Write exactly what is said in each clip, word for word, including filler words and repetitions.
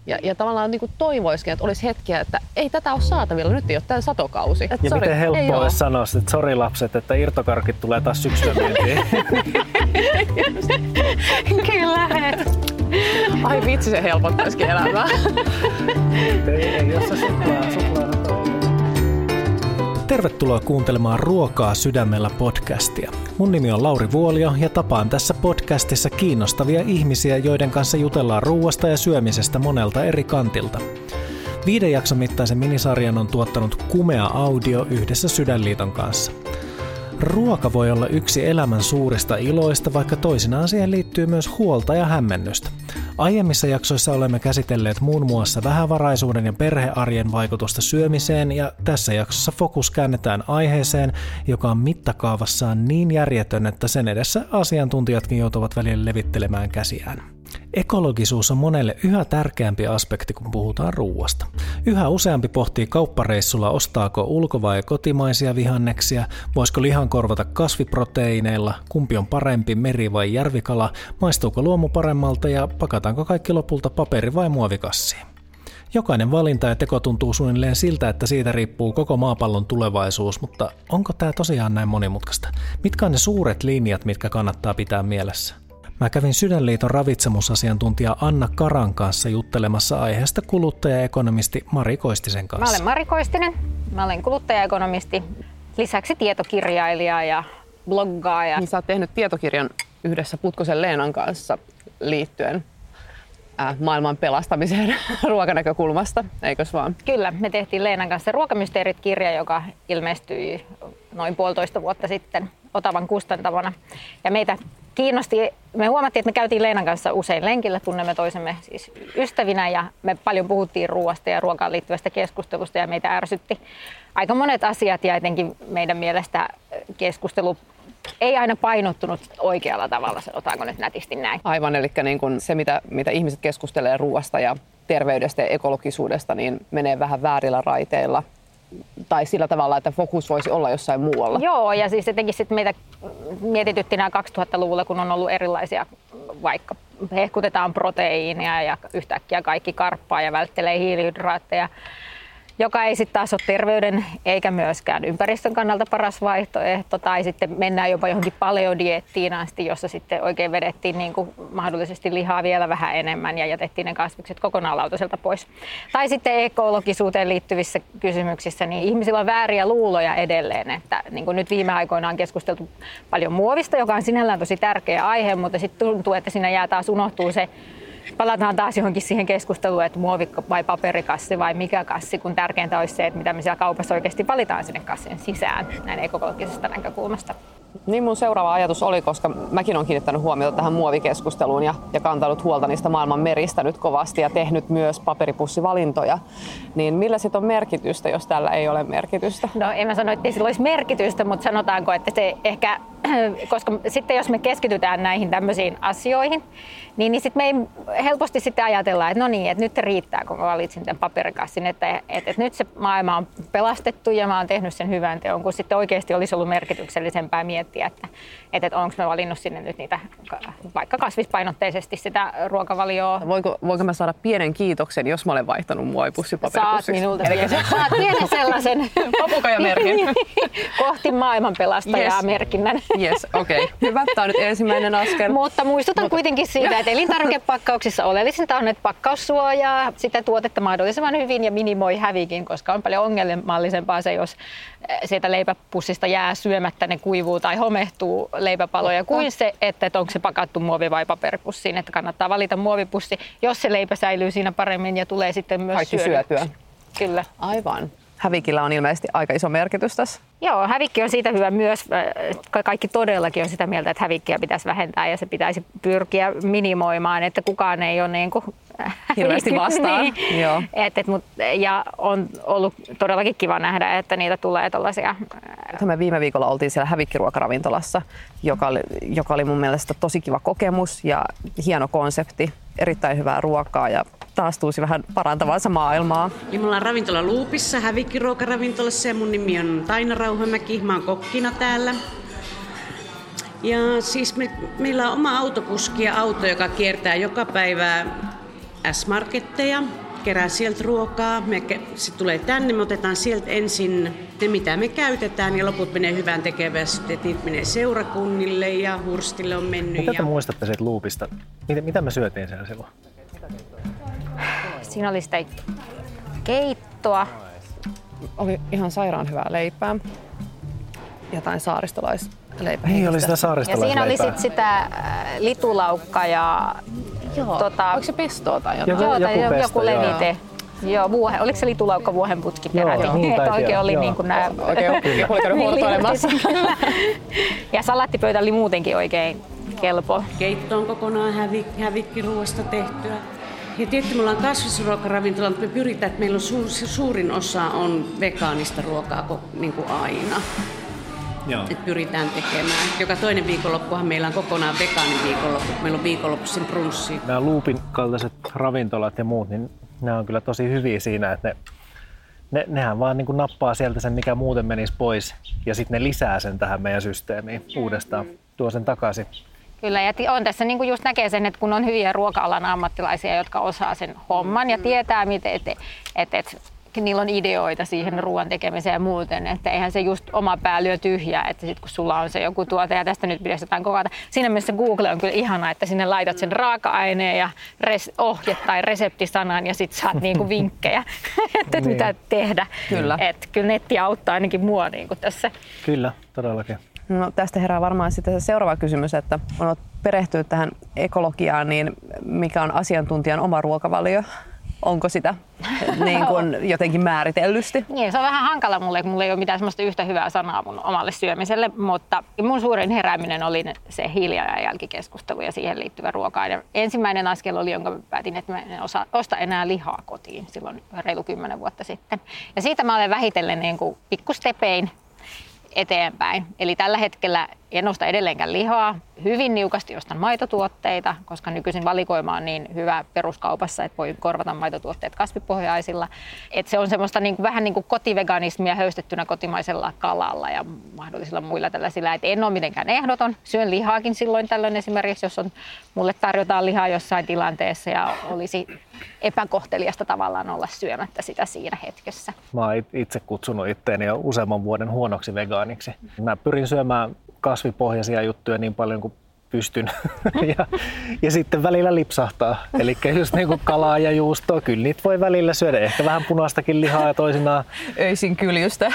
Ja, ja tavallaan niin kuin toivoisikin, että olisi hetkiä, että ei tätä ole saatavilla, nyt ei ole tämä satokausi. Et ja sorry, miten helppoa olisi sanoa, että sori lapset, että irtokarkit tulee taas syksyllä myyntiin. Kyllä. Ai vitsi, se helpottaisikin elämää. ei, ei jos se suklaa, suklaa. Tervetuloa kuuntelemaan Ruokaa sydämellä podcastia. Mun nimi on Lauri Vuolio ja tapaan tässä podcastissa kiinnostavia ihmisiä, joiden kanssa jutellaan ruuasta ja syömisestä monelta eri kantilta. Viiden jakson mittaisen minisarjan on tuottanut Kumea Audio yhdessä Sydänliiton kanssa. Ruoka voi olla yksi elämän suurista iloista, vaikka toisinaan siihen liittyy myös huolta ja hämmennystä. Aiemmissa jaksoissa olemme käsitelleet muun muassa vähävaraisuuden ja perhearjen vaikutusta syömiseen, ja tässä jaksossa fokus käännetään aiheeseen, joka on mittakaavassaan niin järjetön, että sen edessä asiantuntijatkin joutuvat välillä levittelemään käsiään. Ekologisuus on monelle yhä tärkeämpi aspekti, kun puhutaan ruuasta. Yhä useampi pohtii kauppareissulla, ostaako ulko- vai kotimaisia vihanneksia, voisiko lihan korvata kasviproteiineilla, kumpi on parempi, meri- vai järvikala, maistuuko luomu paremmalta ja pakataanko kaikki lopulta paperi- vai muovikassiin. Jokainen valinta ja teko tuntuu suunnilleen siltä, että siitä riippuu koko maapallon tulevaisuus, mutta onko tämä tosiaan näin monimutkaista? Mitkä on ne suuret linjat, mitkä kannattaa pitää mielessä? Mä kävin Sydänliiton ravitsemusasiantuntija Anna Karan kanssa juttelemassa aiheesta kuluttajaekonomisti Mari Koistisen kanssa. Mä olen Mari Koistinen, mä olen kuluttajaekonomisti, lisäksi tietokirjailija ja bloggaaja. Niin sä oot tehnyt tietokirjan yhdessä Putkosen Leenan kanssa liittyen äh, maailman pelastamiseen ruokanäkökulmasta, eikös vaan? Kyllä, me tehtiin Leenan kanssa Ruokamysteerit-kirja, joka ilmestyi noin puolitoista vuotta sitten Otavan kustantamana. Ja meitä kiinnosti, me huomattiin, että me käytiin Leenan kanssa usein lenkillä, tunnemme toisemme siis ystävinä ja me paljon puhuttiin ruoasta ja ruokaan liittyvästä keskustelusta ja meitä ärsytti aika monet asiat ja etenkin meidän mielestä keskustelu ei aina painottunut oikealla tavalla, sanotaanko nyt nätisti näin. Aivan, eli niin kun se mitä, mitä ihmiset keskustelee ruoasta ja terveydestä ja ekologisuudesta, niin menee vähän väärillä raiteilla. Tai sillä tavalla, että fokus voisi olla jossain muualla. Joo, ja siis etenkin sit meitä mietitytti nämä kaksituhattaluvulla, kun on ollut erilaisia, vaikka hehkutetaan proteiinia ja yhtäkkiä kaikki karppaa ja välttelee hiilihydraatteja, joka ei sitten taas ole terveyden eikä myöskään ympäristön kannalta paras vaihtoehto. Tai sitten mennään jopa johonkin paleodieettiin asti, jossa sitten oikein vedettiin niin kuin mahdollisesti lihaa vielä vähän enemmän ja jätettiin ne kasvikset kokonaan lautaselta pois. Tai sitten ekologisuuteen liittyvissä kysymyksissä, niin ihmisillä on vääriä luuloja edelleen. Että niin kuin nyt viime aikoina on keskusteltu paljon muovista, joka on sinällään tosi tärkeä aihe, mutta sitten tuntuu, että siinä jää taas unohtuu se, palataan taas johonkin siihen keskusteluun, että muovi vai paperikassi vai mikä kassi, kun tärkeintä olisi se, että mitä me siellä kaupassa oikeasti valitaan sinne kassin sisään näin ekologisesta näkökulmasta. Niin mun seuraava ajatus oli, koska mäkin olen kiinnittänyt huomiota tähän muovikeskusteluun ja, ja kantanut huolta niistä maailman meristä nyt kovasti ja tehnyt myös paperipussivalintoja, niin millä sit on merkitystä, jos tällä ei ole merkitystä? No en mä sano, että ei sillä olisi merkitystä, mutta sanotaanko, että se ehkä, koska sitten jos me keskitytään näihin tämmöisiin asioihin, niin, niin sitten me ei helposti sitten ajatella, että no niin, että nyt riittää, kun mä valitsin tämän paperikassin, että, että, että nyt se maailma on pelastettu ja mä oon tehnyt sen hyvän teon, kun sitten oikeasti olisi ollut merkityksellisempää miettiä, että, että, että onko mä valinnut sinne nyt niitä vaikka kasvispainotteisesti sitä ruokavalioa. Voinko, voinko mä saada pienen kiitoksen, jos mä olen vaihtanut muovipussi paperipussiksi? Saat minulta pienen, saat pienen sellaisen papukajamerkin. Kohti maailman pelastajaa yes. merkinnän. Yes, okei. Okay. Hyvä, tämä on nyt ensimmäinen askel. Mutta muistutan Mutta... kuitenkin siitä, että elintarvikepakkauksissa oleellisinta on, että pakkaus suojaa sitä tuotetta mahdollisimman hyvin ja minimoi hävikin, koska on paljon ongelmallisempaa se, jos siitä leipäpussista jää syömättä, ne kuivuu tai homehtuu leipäpaloja, kuin se, että onko se pakattu muovi- vai paperipussiin. Että kannattaa valita muovipussi, jos se leipä säilyy siinä paremmin ja tulee sitten myös Kaikki syötyä. Kyllä. Aivan. Hävikillä on ilmeisesti aika iso merkitys tässä. Joo, hävikki on siitä hyvä myös. Kaikki todellakin on sitä mieltä, että hävikkiä pitäisi vähentää ja se pitäisi pyrkiä minimoimaan, että kukaan ei ole niin kuin hirveästi vastaan. Niin. Joo. Et, et, mut, ja on ollut todellakin kiva nähdä, että niitä tulee tällaisia. Me viime viikolla oltiin siellä hävikkiruokaravintolassa, joka oli, joka oli mun mielestä tosi kiva kokemus ja hieno konsepti. Erittäin hyvää ruokaa ja taas tuusi vähän parantavansa maailmaa. Eli me ollaan ravintola Loopissa, hävikkiruokaravintolassa ja mun nimi on Taina Rauhamäki. Mä oon kokkina täällä. Ja siis me, meillä on oma autokuski ja auto, joka kiertää joka päivä S-marketteja, kerää sieltä ruokaa. Me sitten tulee tänne, me otetaan sieltä ensin ne, mitä me käytetään, ja loput menee hyvään tekevästi. Niitä menee seurakunnille ja Hurstille on mennyt. Mitä te ja... muistatte siitä Loopista? Mitä, mitä me syötiin siellä silloin? Siinä oli sitä keittoa. Oli ihan sairaan hyvää leipää. Jotain saaristolaisleipää. Niin, oli sitä Ja saaristolaisleipää. siinä oli sit sitä litulaukka ja Joo. tota, Oliko se pestoa tai jotain? Joku- joo, tai joku pesto, joku levite. Joo, vuohe, oliko se litulaukka vuohenputki peräti? Joo, niin että taisi oikein olla, oli joo. niin kuin nämä... Oikein joku oli käynyt huortoilemassa. Ja salaattipöytä oli muutenkin oikein kelpo. Keitto on kokonaan hävi, hävikkiruoasta tehtyä. Ja tietysti me ollaan kasvisruokaravintola, mutta me pyritään, että meillä on su, suurin osa on vegaanista ruokaa niin kuin aina. Joo. Et pyritään tekemään. Joka toinen viikonloppuhan meillä on kokonaan vegaanin viikonloppu. Meillä on viikonloppuisin brunssi. Nämä Loopin kaltaiset ravintolat ja muut, niin nämä on kyllä tosi hyviä siinä, että ne, ne, nehän vaan niin kuin nappaa sieltä sen, mikä muuten menisi pois, ja sitten ne lisää sen tähän meidän systeemiin uudestaan, tuo sen takaisin. Kyllä, ja on tässä niin kuin just näkee sen, että kun on hyviä ruoka-alan ammattilaisia, jotka osaa sen homman ja tietää, miten, että et, et, niillä on ideoita siihen ruoan tekemiseen ja muuten, että eihän se just oma pää lyö tyhjää, että sit kun sulla on se joku tuote ja tästä nyt pitäisi jotain kokata. Siinä mielessä Google on kyllä ihana, että sinne laitat sen raaka-aineen ja res, ohje tai reseptisanan ja sit saat niinku vinkkejä, että Niin. mitä tehdä. Kyllä. Et kyllä netti auttaa ainakin mua niinku tässä. Kyllä, todellakin. No, tästä herää varmaan sitten se seuraava kysymys, että kun olet perehtynyt tähän ekologiaan, niin mikä on asiantuntijan oma ruokavalio? Onko sitä niin kuin jotenkin määritellysti? Niin, se on vähän hankala mulle, kun mulla ei ole mitään semmoista yhtä hyvää sanaa mun omalle syömiselle, mutta mun suurin herääminen oli se hiilijalanjälkikeskustelu ja siihen liittyvä ruoka-aine. Ensimmäinen askel oli, jonka mä päätin, että mä en osa, osta enää lihaa kotiin silloin reilu kymmenen vuotta sitten. Ja siitä mä olen vähitellen niin kuin pikkustepein eteenpäin. Eli tällä hetkellä en osta edelleenkään lihaa. Hyvin niukasti ostan maitotuotteita, koska nykyisin valikoima on niin hyvä peruskaupassa, että voi korvata maitotuotteet kasvipohjaisilla. Et se on semmoista niin kuin, vähän niin kuin kotiveganismia höystettynä kotimaisella kalalla ja mahdollisilla muilla tällaisilla. Et en ole mitenkään ehdoton. Syön lihaakin silloin tällöin esimerkiksi, jos on, mulle tarjotaan lihaa jossain tilanteessa ja olisi epäkohteliasta tavallaan olla syömättä sitä siinä hetkessä. Mä oon itse kutsunut itteeni jo useamman vuoden huonoksi vegaaniksi. Mä pyrin syömään kasvipohjaisia juttuja niin paljon kuin pystyn ja, ja sitten välillä lipsahtaa. Eli just niin kuin kalaa ja juustoa, kyllä niitä voi välillä syödä. Ehkä vähän punaistakin lihaa ja toisinaan. Öisin kyljystä.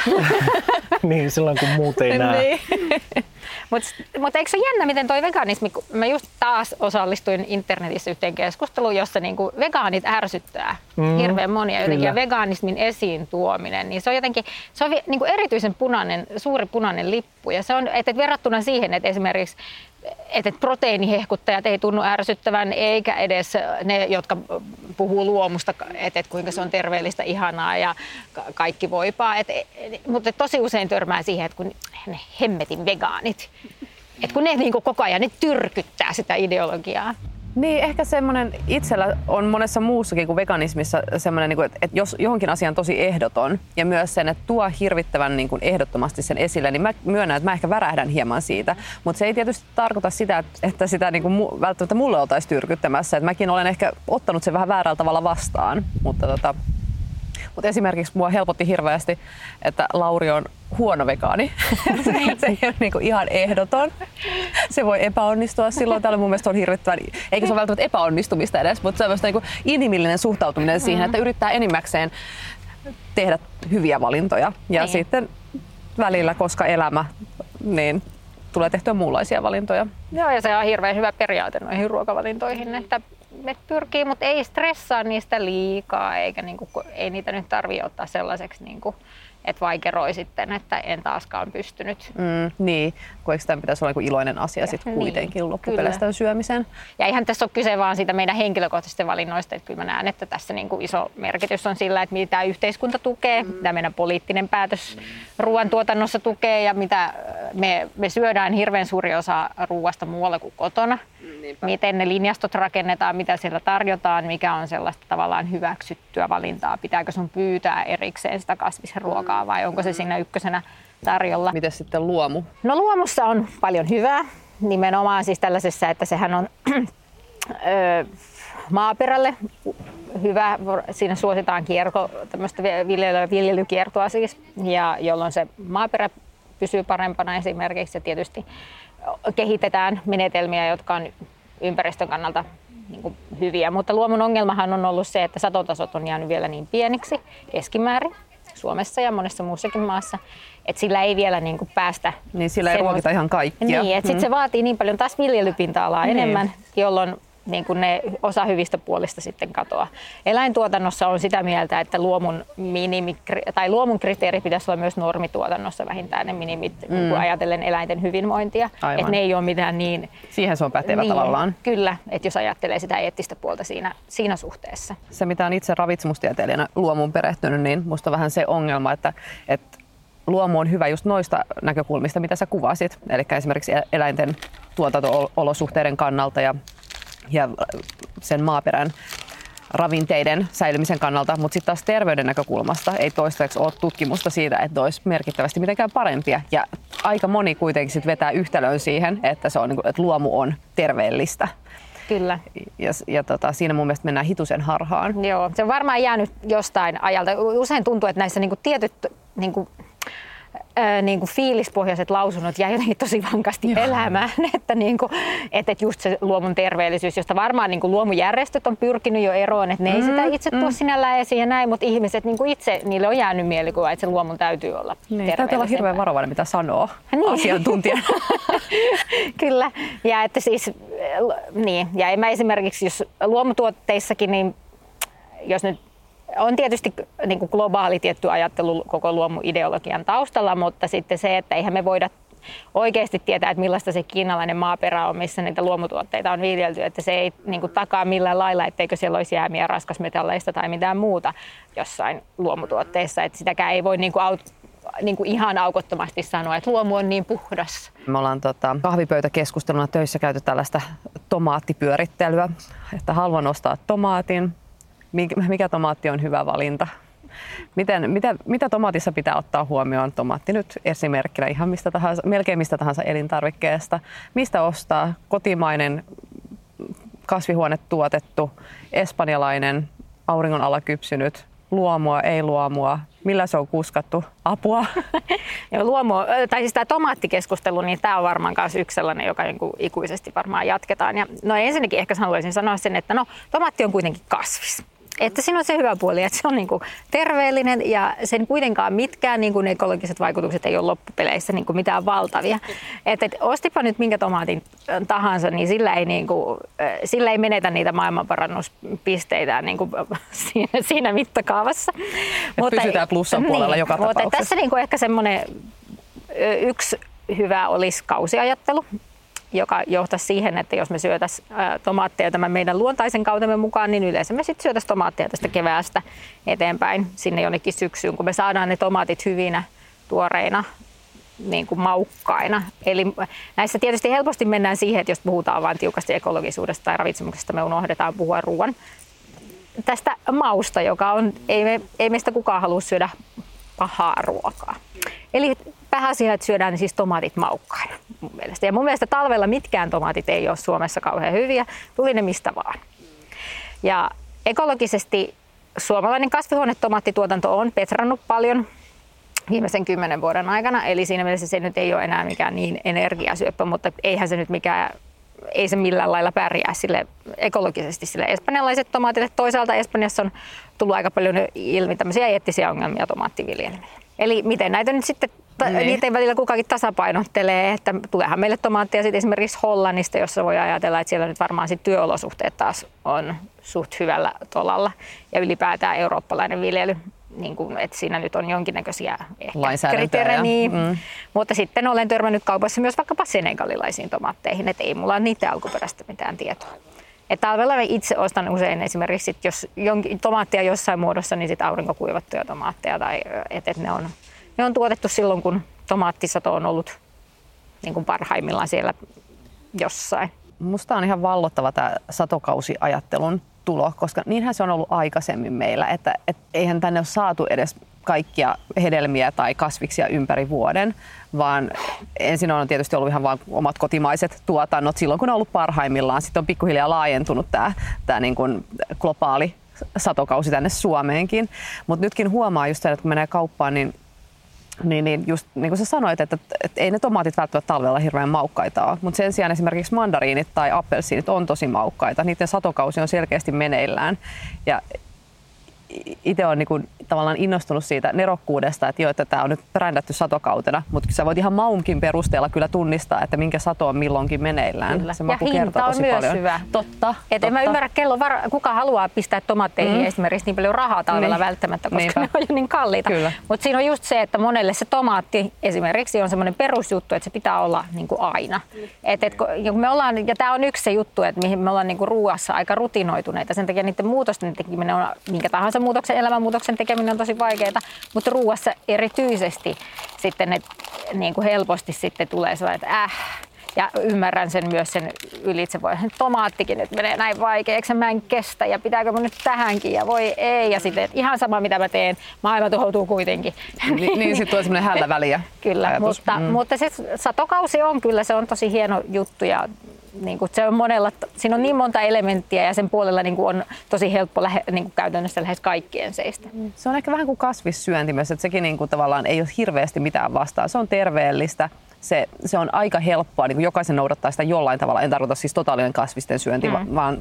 Niin, silloin kun muut ei näe. Niin. Mutta mut eikö se ole jännä, miten toi veganismi, kun mä just taas osallistuin internetissä yhteen keskusteluun, jossa niinku vegaanit ärsyttää mm, hirveän monia jotenkin, ja vegaanismin esiin tuominen, niin se on jotenkin, se on niinku erityisen punainen, suuri punainen lippu, ja se on, että verrattuna siihen, että esimerkiksi että proteiinihehkuttajat ei tunnu ärsyttävän, eikä edes ne, jotka puhuu luomusta, että et kuinka se on terveellistä, ihanaa ja kaikki voipaa. Et, mutta tosi usein törmää siihen, että kun ne hemmetin vegaanit, että kun ne niinku koko ajan ne tyrkyttää sitä ideologiaa. Niin, ehkä semmoinen itsellä on monessa muussakin kuin veganismissa semmoinen, että jos johonkin asiaan tosi ehdoton ja myös sen, että tuo hirvittävän niin kuin ehdottomasti sen esille, niin mä myönnän, että mä ehkä värähdän hieman siitä. Mutta se ei tietysti tarkoita sitä, että sitä niin kuin välttämättä mulle oltaisi tyrkyttämässä. Et mäkin olen ehkä ottanut sen vähän väärällä tavalla vastaan, mutta tota, Mutta esimerkiksi mua helpotti hirveästi, että Lauri on huono vegaani. Se ei ole niinku ihan ehdoton. Se voi epäonnistua silloin. Täällä mun mielestä on hirvittävän, eikä se ole välttämättä epäonnistumista edes, mutta se on niinku inhimillinen suhtautuminen mm-hmm. siihen, että yrittää enimmäkseen tehdä hyviä valintoja. Ja niin. Sitten välillä, koska elämä, niin tulee tehtyä muunlaisia valintoja. Joo, ja se on hirveän hyvä periaate noihin ruokavalintoihin, että me pyrkii, mutta ei stressaa niistä liikaa, eikä niinku, ei niitä nyt tarvitse ottaa sellaiseksi, niinku, että vaikeroi sitten, että en taaskaan pystynyt. Mm, niin, kun eikö tämän pitäisi olla niin iloinen asia sitten kuitenkin niin, loppupeleistä syömisen. Ja eihän tässä ole kyse vaan siitä meidän henkilökohtaisista valinnoista, että kyllä mä näen, että tässä niinku iso merkitys on sillä, että mitä yhteiskunta tukee, mm. mitä meidän poliittinen päätös ruoantuotannossa tukee ja mitä me, me syödään hirveän suuri osa ruoasta muualla kuin kotona. Niinpä. Miten ne linjastot rakennetaan, mitä siellä tarjotaan, mikä on sellaista tavallaan hyväksyttyä valintaa. Pitääkö sun pyytää erikseen sitä kasvisruokaa vai onko se siinä ykkösenä tarjolla? Miten sitten luomu? No luomussa on paljon hyvää. Nimenomaan siis tällaisessa, että sehän on ö, maaperälle. Hyvä, siinä suositaan kierto, tämmöistä viljely, viljelykiertoa siis, ja jolloin se maaperä pysyy parempana esimerkiksi ja tietysti kehitetään menetelmiä, jotka on ympäristön kannalta niin kuin hyviä. Mutta luomun ongelmahan on ollut se, että satotasot on jäänyt vielä niin pieniksi keskimäärin Suomessa ja monessa muussakin maassa, että sillä ei vielä niin kuin päästä. Niin sillä ei ruokita ihan kaikkia. Niin, että mm. sitten se vaatii niin paljon taas viljelypinta-alaa niin. enemmän, jolloin niin kuin ne osa hyvistä puolista sitten katoaa. Eläintuotannossa on sitä mieltä, että luomun, minimi, tai luomun kriteeri pitäisi olla myös normituotannossa vähintään ne minimit, mm. niin ajatellen eläinten hyvinvointia. Että ne ei ole mitään niin... Siihen se on pätevä niin, tavallaan. Kyllä, että jos ajattelee sitä eettistä puolta siinä, siinä suhteessa. Se, mitä on itse ravitsemustieteilijänä luomuun perehtynyt, niin musta on vähän se ongelma, että, että luomu on hyvä just noista näkökulmista, mitä sä kuvasit. Eli esimerkiksi eläinten tuotanto-olosuhteiden kannalta ja ja sen maaperän ravinteiden säilymisen kannalta, mutta sitten taas terveyden näkökulmasta ei toistaiseksi ole tutkimusta siitä, että olisi merkittävästi mitenkään parempia. Ja aika moni kuitenkin sit vetää yhtälön siihen, että, se on, että luomu on terveellistä. Kyllä. Ja, ja tota, siinä mun mielestä mennään hitusen harhaan. Joo, se on varmaan jäänyt jostain ajalta. Usein tuntuu, että näissä niinku tietyt... Niinku Ää, niin kuin fiilispohjaiset lausunnot jäi jotenkin tosi vankasti Joo. elämään, että, niin kuin, että just se luomun terveellisyys, josta varmaan niin kuin luomujärjestöt on pyrkinyt jo eroon, että ne mm, ei sitä itse mm. tuo sinällään esiin ja näin, mutta ihmiset niin kuin itse, niille on jäänyt mielikuva, että se luomun täytyy olla niin, terveellisempää. Täytyy olla hirveän varovainen, mitä sanoo niin. asiantuntijana. Kyllä, ja että siis, niin, ja en mä esimerkiksi, jos luomutuotteissakin, niin jos nyt on tietysti niin kuin globaali tietty ajattelu koko luomuideologian taustalla, mutta sitten se, että eihän me voida oikeasti tietää, että millaista se kiinalainen maaperä on, missä niitä luomutuotteita on viljelty, että se ei niin kuin takaa millään lailla, etteikö siellä olisi jäämiä raskasmetalleista tai mitään muuta jossain luomutuotteissa, että sitäkään ei voi niin kuin aut- niin kuin ihan aukottomasti sanoa, että luomu on niin puhdas. Me ollaan tota, kahvipöytäkeskusteluna töissä käyty tällaista tomaattipyörittelyä, että haluan ostaa tomaatin. Mikä tomaatti on hyvä valinta? Miten, mitä, mitä tomaatissa pitää ottaa huomioon? Tomaatti nyt esimerkkinä ihan mistä tahansa, melkein mistä tahansa elintarvikkeesta. Mistä ostaa kotimainen, kasvihuonetuotettu, espanjalainen, auringon alla kypsynyt, luomua, ei luomua? Millä se on kuskattu? Apua? Joo, luomu, tai siis tämä tomaattikeskustelu, niin tämä on varmaan myös yksi sellainen, joka niin kuin ikuisesti varmaan jatketaan. Ja no ensinnäkin ehkä haluaisin sanoa sen, että no, tomaatti on kuitenkin kasvis. Että siinä on se hyvä puoli, että se on niin kuin terveellinen ja sen kuitenkaan mitkään niin kuin ekologiset vaikutukset ei ole loppupeleissä niin kuin mitään valtavia. Että et, ostipa nyt minkä tomaatin tahansa, niin sillä ei, niin kuin, sillä ei menetä niitä maailmanparannuspisteitä niin kuin siinä, siinä mittakaavassa. Mutta pysytään plussan puolella niin, joka tapauksessa. Mutta tässä niin kuin ehkä semmoinen yksi hyvä olisi kausiajattelu, joka johtaisi siihen, että jos me syötäisiin tomaatteja tämän meidän luontaisen kautemme mukaan, niin yleensä me sitten syötäisiin tomaatteja tästä keväästä eteenpäin sinne jonnekin syksyyn, kun me saadaan ne tomaatit hyvinä, tuoreina, niin kuin maukkaina. Eli näissä tietysti helposti mennään siihen, että jos puhutaan vain tiukasti ekologisuudesta tai ravitsemuksesta, me unohdetaan puhua ruoan tästä mausta, joka on, ei, me, ei meistä kukaan halua syödä pahaa ruokaa. Eli pääasia, että syödään siis tomaatit maukkaina mun mielestä. Ja mun mielestä talvella mitkään tomaatit ei ole Suomessa kauhean hyviä, tuli ne mistä vaan. Ja ekologisesti suomalainen kasvihuonetomaattituotanto on petrannut paljon viimeisen kymmenen vuoden aikana, eli siinä mielessä se nyt ei ole enää mikään niin energiasyöppä, mutta eihän se nyt mikään, ei se millään lailla pärjää sille ekologisesti sille espanjalaiset tomaatille. Toisaalta Espanjassa on tullut aika paljon ilmi tämmöisiä eettisiä ongelmia tomaattiviljelmille. Eli miten näitä nyt sitten, niin. niiden välillä kukakin tasapainottelee, että tuleehan meille tomaattia sitten esimerkiksi Hollannista, jossa voi ajatella, että siellä nyt varmaan sit työolosuhteet taas on suht hyvällä tolalla ja ylipäätään eurooppalainen viljely. Niin kuin, että siinä nyt on jonkinnäköisiä kriteerejä, niin. mm. mutta sitten olen törmännyt kaupassa myös vaikkapa senegalilaisiin tomaatteihin, että ei mulla ole niiden alkuperäistä mitään tietoa. Että talvella itse ostan usein esimerkiksi, jos jonkin, tomaattia jossain muodossa, niin sitten aurinkokuivattuja tomaatteja, tai että et ne, on, ne on tuotettu silloin, kun tomaattisato on ollut niin kuin parhaimmillaan siellä jossain. Musta on ihan vallottava tämä satokausiajattelun tulo, koska niinhän se on ollut aikaisemmin meillä, että et eihän tänne ole saatu edes kaikkia hedelmiä tai kasviksia ympäri vuoden, vaan ensin on tietysti ollut ihan vain omat kotimaiset tuotannot silloin, kun on ollut parhaimmillaan. Sitten on pikkuhiljaa laajentunut tämä, tämä niin kuin globaali satokausi tänne Suomeenkin. Mutta nytkin huomaa just sen, että kun menee kauppaan, niin Niin, niin just niin kuin sä sanoit, että, että ei ne tomaatit välttämättä talvella hirveän maukkaita ole, mutta sen sijaan esimerkiksi mandariinit tai appelsiinit on tosi maukkaita. Niiden satokausi on selkeästi meneillään. Ja itse olen niin kuin tavallaan innostunut siitä nerokkuudesta, että, jo, että tämä on nyt brändätty satokautena, mutta sä voit ihan maunkin perusteella kyllä tunnistaa, että minkä sato on milloinkin meneillään. Kyllä. Se ja hinta on myös paljon. Hyvä. Totta. Et en mä ymmärrä, kello var... kuka haluaa pistää tomaatteihin mm. esimerkiksi niin paljon rahaa talvella niin. välttämättä, koska Niinpä. ne on jo niin kalliita. Mutta siinä on just se, että monelle se tomaatti esimerkiksi on semmoinen perusjuttu, että se pitää olla niin kuin aina. Et, et, kun me ollaan, ja tämä on yksi se juttu, että mihin me ollaan niin kuin ruuassa aika rutinoituneita. Sen takia niiden muutosten tekeminen on minkä tahansa muutoksen, elämänmuutoksen tekeminen on tosi vaikeaa, mutta ruuassa erityisesti sitten ne niin kuin helposti sitten tulee sellainen, että äh, ja ymmärrän sen myös sen ylitse, voi tomaattikin nyt menee näin vaikeaksi, mä en kestä ja pitääkö mun nyt tähänkin ja voi ei ja sitten ihan sama mitä mä teen, maailma tuhoutuu kuitenkin. Niin, niin sitten tulee semmoinen hällä väliä. Kyllä, mutta, mm. mutta se satokausi on kyllä, se on tosi hieno juttu ja niin kuin se on monella, siinä on niin monta elementtiä ja sen puolella niin kuin on tosi helppo lähe, niin kuin käytännössä lähes kaikkien seistä. Se on ehkä vähän kuin kasvissyönti myös, että sekin niin kuin tavallaan ei ole hirveästi mitään vastaan. Se on terveellistä, se, se on aika helppoa, niin kuin jokaisen noudattaa sitä jollain tavalla. En tarkoita siis totaalinen kasvisten syönti, mm. vaan,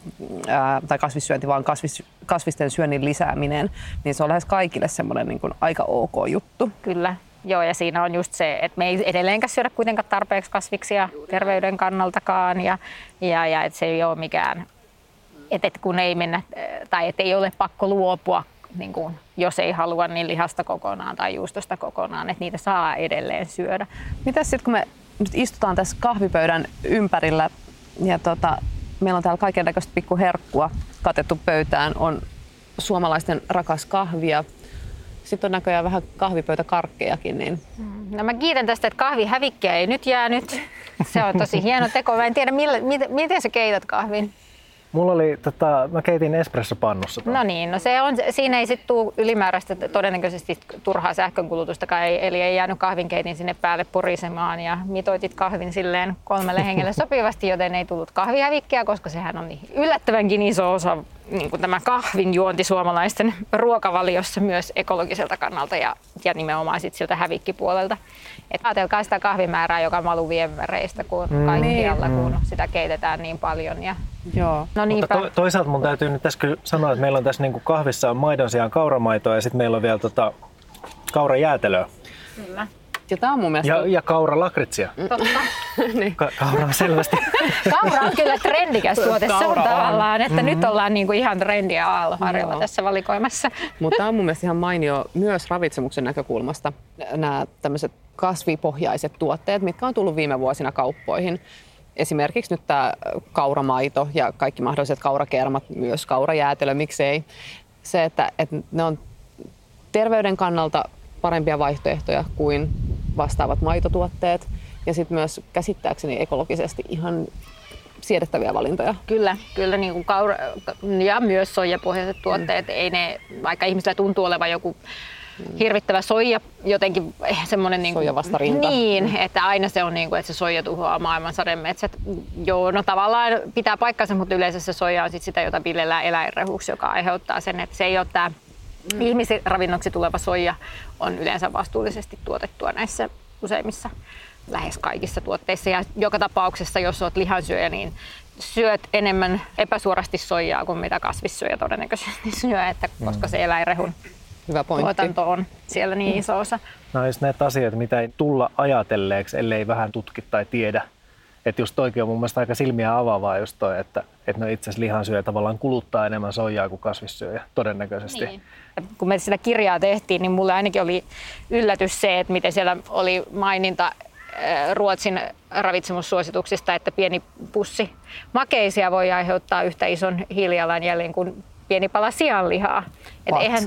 ää, tai kasvissyönti, vaan kasvis, kasvisten syönnin lisääminen. Niin se on lähes kaikille semmoinen niin kuin aika ok juttu. Kyllä. Joo, ja siinä on just se, että me ei edelleenkään syödä kuitenkaan tarpeeksi kasviksia terveyden kannaltakaan ja, ja, ja että se ei ole mikään, että et kun ei mennä tai että ei ole pakko luopua, niin kun, jos ei halua niin lihasta kokonaan tai juustosta kokonaan, että niitä saa edelleen syödä. Mitäs sitten kun me nyt istutaan tässä kahvipöydän ympärillä ja tota, meillä on täällä kaikennäköistä pikkuherkkua katettu pöytään, on suomalaisten rakas kahvia. Sitten on näköjään vähän kahvipöytäkarkkejakin. Niin... No mä kiitän tästä, että kahvihävikkiä ei nyt jäänyt. Se on tosi hieno teko. Mä en tiedä, millä, miten, miten sä keität kahvin? Mulla oli, tota, mä keitin espressopannussa. No niin, no se on, siinä ei sitten tule ylimääräistä todennäköisesti turhaa sähkönkulutustakaan, eli ei jäänyt kahvinkeitin sinne päälle purisemaan ja mitoitit kahvin silleen kolmelle hengelle sopivasti, joten ei tullut kahvihävikkiä, koska sehän on niin yllättävänkin iso osa niin kuin tämä kahvin juonti suomalaisten ruokavaliossa myös ekologiselta kannalta ja, ja nimenomaan sit siltä hävikkipuolelta. Et ajatelkaa sitä kahvimäärää, joka valuu viemäreistä kuin mm, kaikkialla, niin, kun mm. sitä keitetään niin paljon. Ja... Joo. No Mutta to, toisaalta mun täytyy nyt tässä kyllä sanoa, että meillä on tässä niinku kahvissa maidon sijaan kauramaitoa ja sitten meillä on vielä tota kaurajäätelöä. Kyllä. Ja, tää on mun mielestä... ja, ja kauralakritsia. Totta. niin. Ka- kaura on selvästi. Kaura on kyllä trendikäs tuote. Se on tavallaan, että mm-hmm. nyt ollaan niinku ihan trendiä aalloharjalla no. tässä valikoimassa. Mutta tämä on mun mielestä ihan mainio myös ravitsemuksen näkökulmasta. Nämä tämmöiset kasvipohjaiset tuotteet, mitkä on tullut viime vuosina kauppoihin. Esimerkiksi nyt tämä kauramaito ja kaikki mahdolliset kaurakermat, myös kaurajäätelö, miksei. Se, että, että ne on terveyden kannalta parempia vaihtoehtoja kuin vastaavat maitotuotteet ja sitten myös käsittääkseni ekologisesti ihan siedettäviä valintoja. Kyllä, kyllä niin kuin kaura ja myös soijapohjaiset tuotteet, mm. ei ne, vaikka ihmisillä tuntuu olevan joku hirvittävä soija, jotenkin semmoinen niin soija vastarinta. Niin, että aina se on niin kuin, että se soija tuhoaa maailman sademetsät. Joo, no tavallaan pitää paikkansa, mutta yleensä se soija on sit sitä, jota viljellään eläinrehuksi, joka aiheuttaa sen, että se ei ole tämä mm. ihmisravinnoksi tuleva soija on yleensä vastuullisesti tuotettua näissä useimmissa lähes kaikissa tuotteissa. Ja joka tapauksessa, jos olet lihansyöjä, niin syöt enemmän epäsuorasti soijaa kuin mitä kasvissyöjä todennäköisesti syö, että koska se eläinrehun Hyvä tuotanto on siellä niin iso osa. No jos näitä asioita, mitä ei tulla ajatelleeksi, ellei vähän tutki tai tiedä. Että just toikin on mun mielestä aika silmiä avaavaa just toi, että, että no itse asiassa lihansyöjä tavallaan kuluttaa enemmän soijaa kuin kasvissyöjä todennäköisesti. Niin. Kun me sitä kirjaa tehtiin, niin mulle ainakin oli yllätys se, että miten siellä oli maininta Ruotsin ravitsemussuosituksista, että pieni pussi makeisia voi aiheuttaa yhtä ison hiilijalanjäljen kuin pieni pala sianlihaa. Et eihän...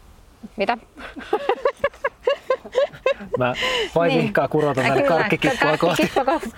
Mitä? Mä vain niin. vihkaa kurotan tänne karkkikippoa kohti.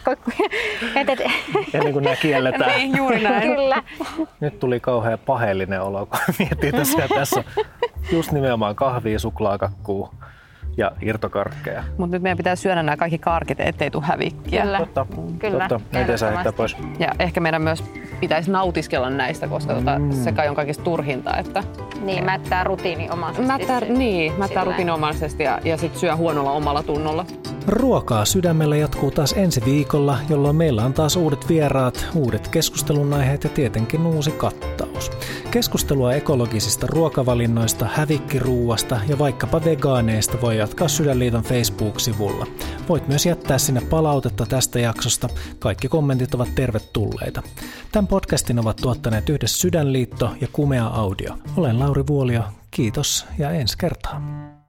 Ennen kuin nämä kielletään. Niin, juuri näin. Kyllä. Nyt tuli kauhean paheellinen olo, kun miettii tässä. tässä just nimenomaan kahvia, suklaakakkua ja irtokarkkeja. Mutta nyt meidän pitää syödä nämä kaikki karkit, ettei tule hävikkiä. Kyllä, Totta, kyllä. totta. Näitä saa heittää pois. Ja ehkä meidän myös pitäisi nautiskella näistä, koska mm. tota, se kai on kaikista turhinta. Että niin, mättää rutiininomaisesti. Mättää, niin, mättää rutiininomaisesti ja, ja sitten syö huonolla omalla tunnolla. Ruokaa sydämellä jatkuu taas ensi viikolla, jolloin meillä on taas uudet vieraat, uudet keskustelunaiheet ja tietenkin uusi kattaus. Keskustelua ekologisista ruokavalinnoista, hävikkiruuasta ja vaikkapa vegaaneista voi jatkaa Sydänliiton Facebook-sivulla. Voit myös jättää sinne palautetta tästä jaksosta. Kaikki kommentit ovat tervetulleita. Tämän podcastin ovat tuottaneet yhdessä Sydänliitto ja Kumea Audio. Olen Lauri Vuolio. Kiitos ja ensi kertaan.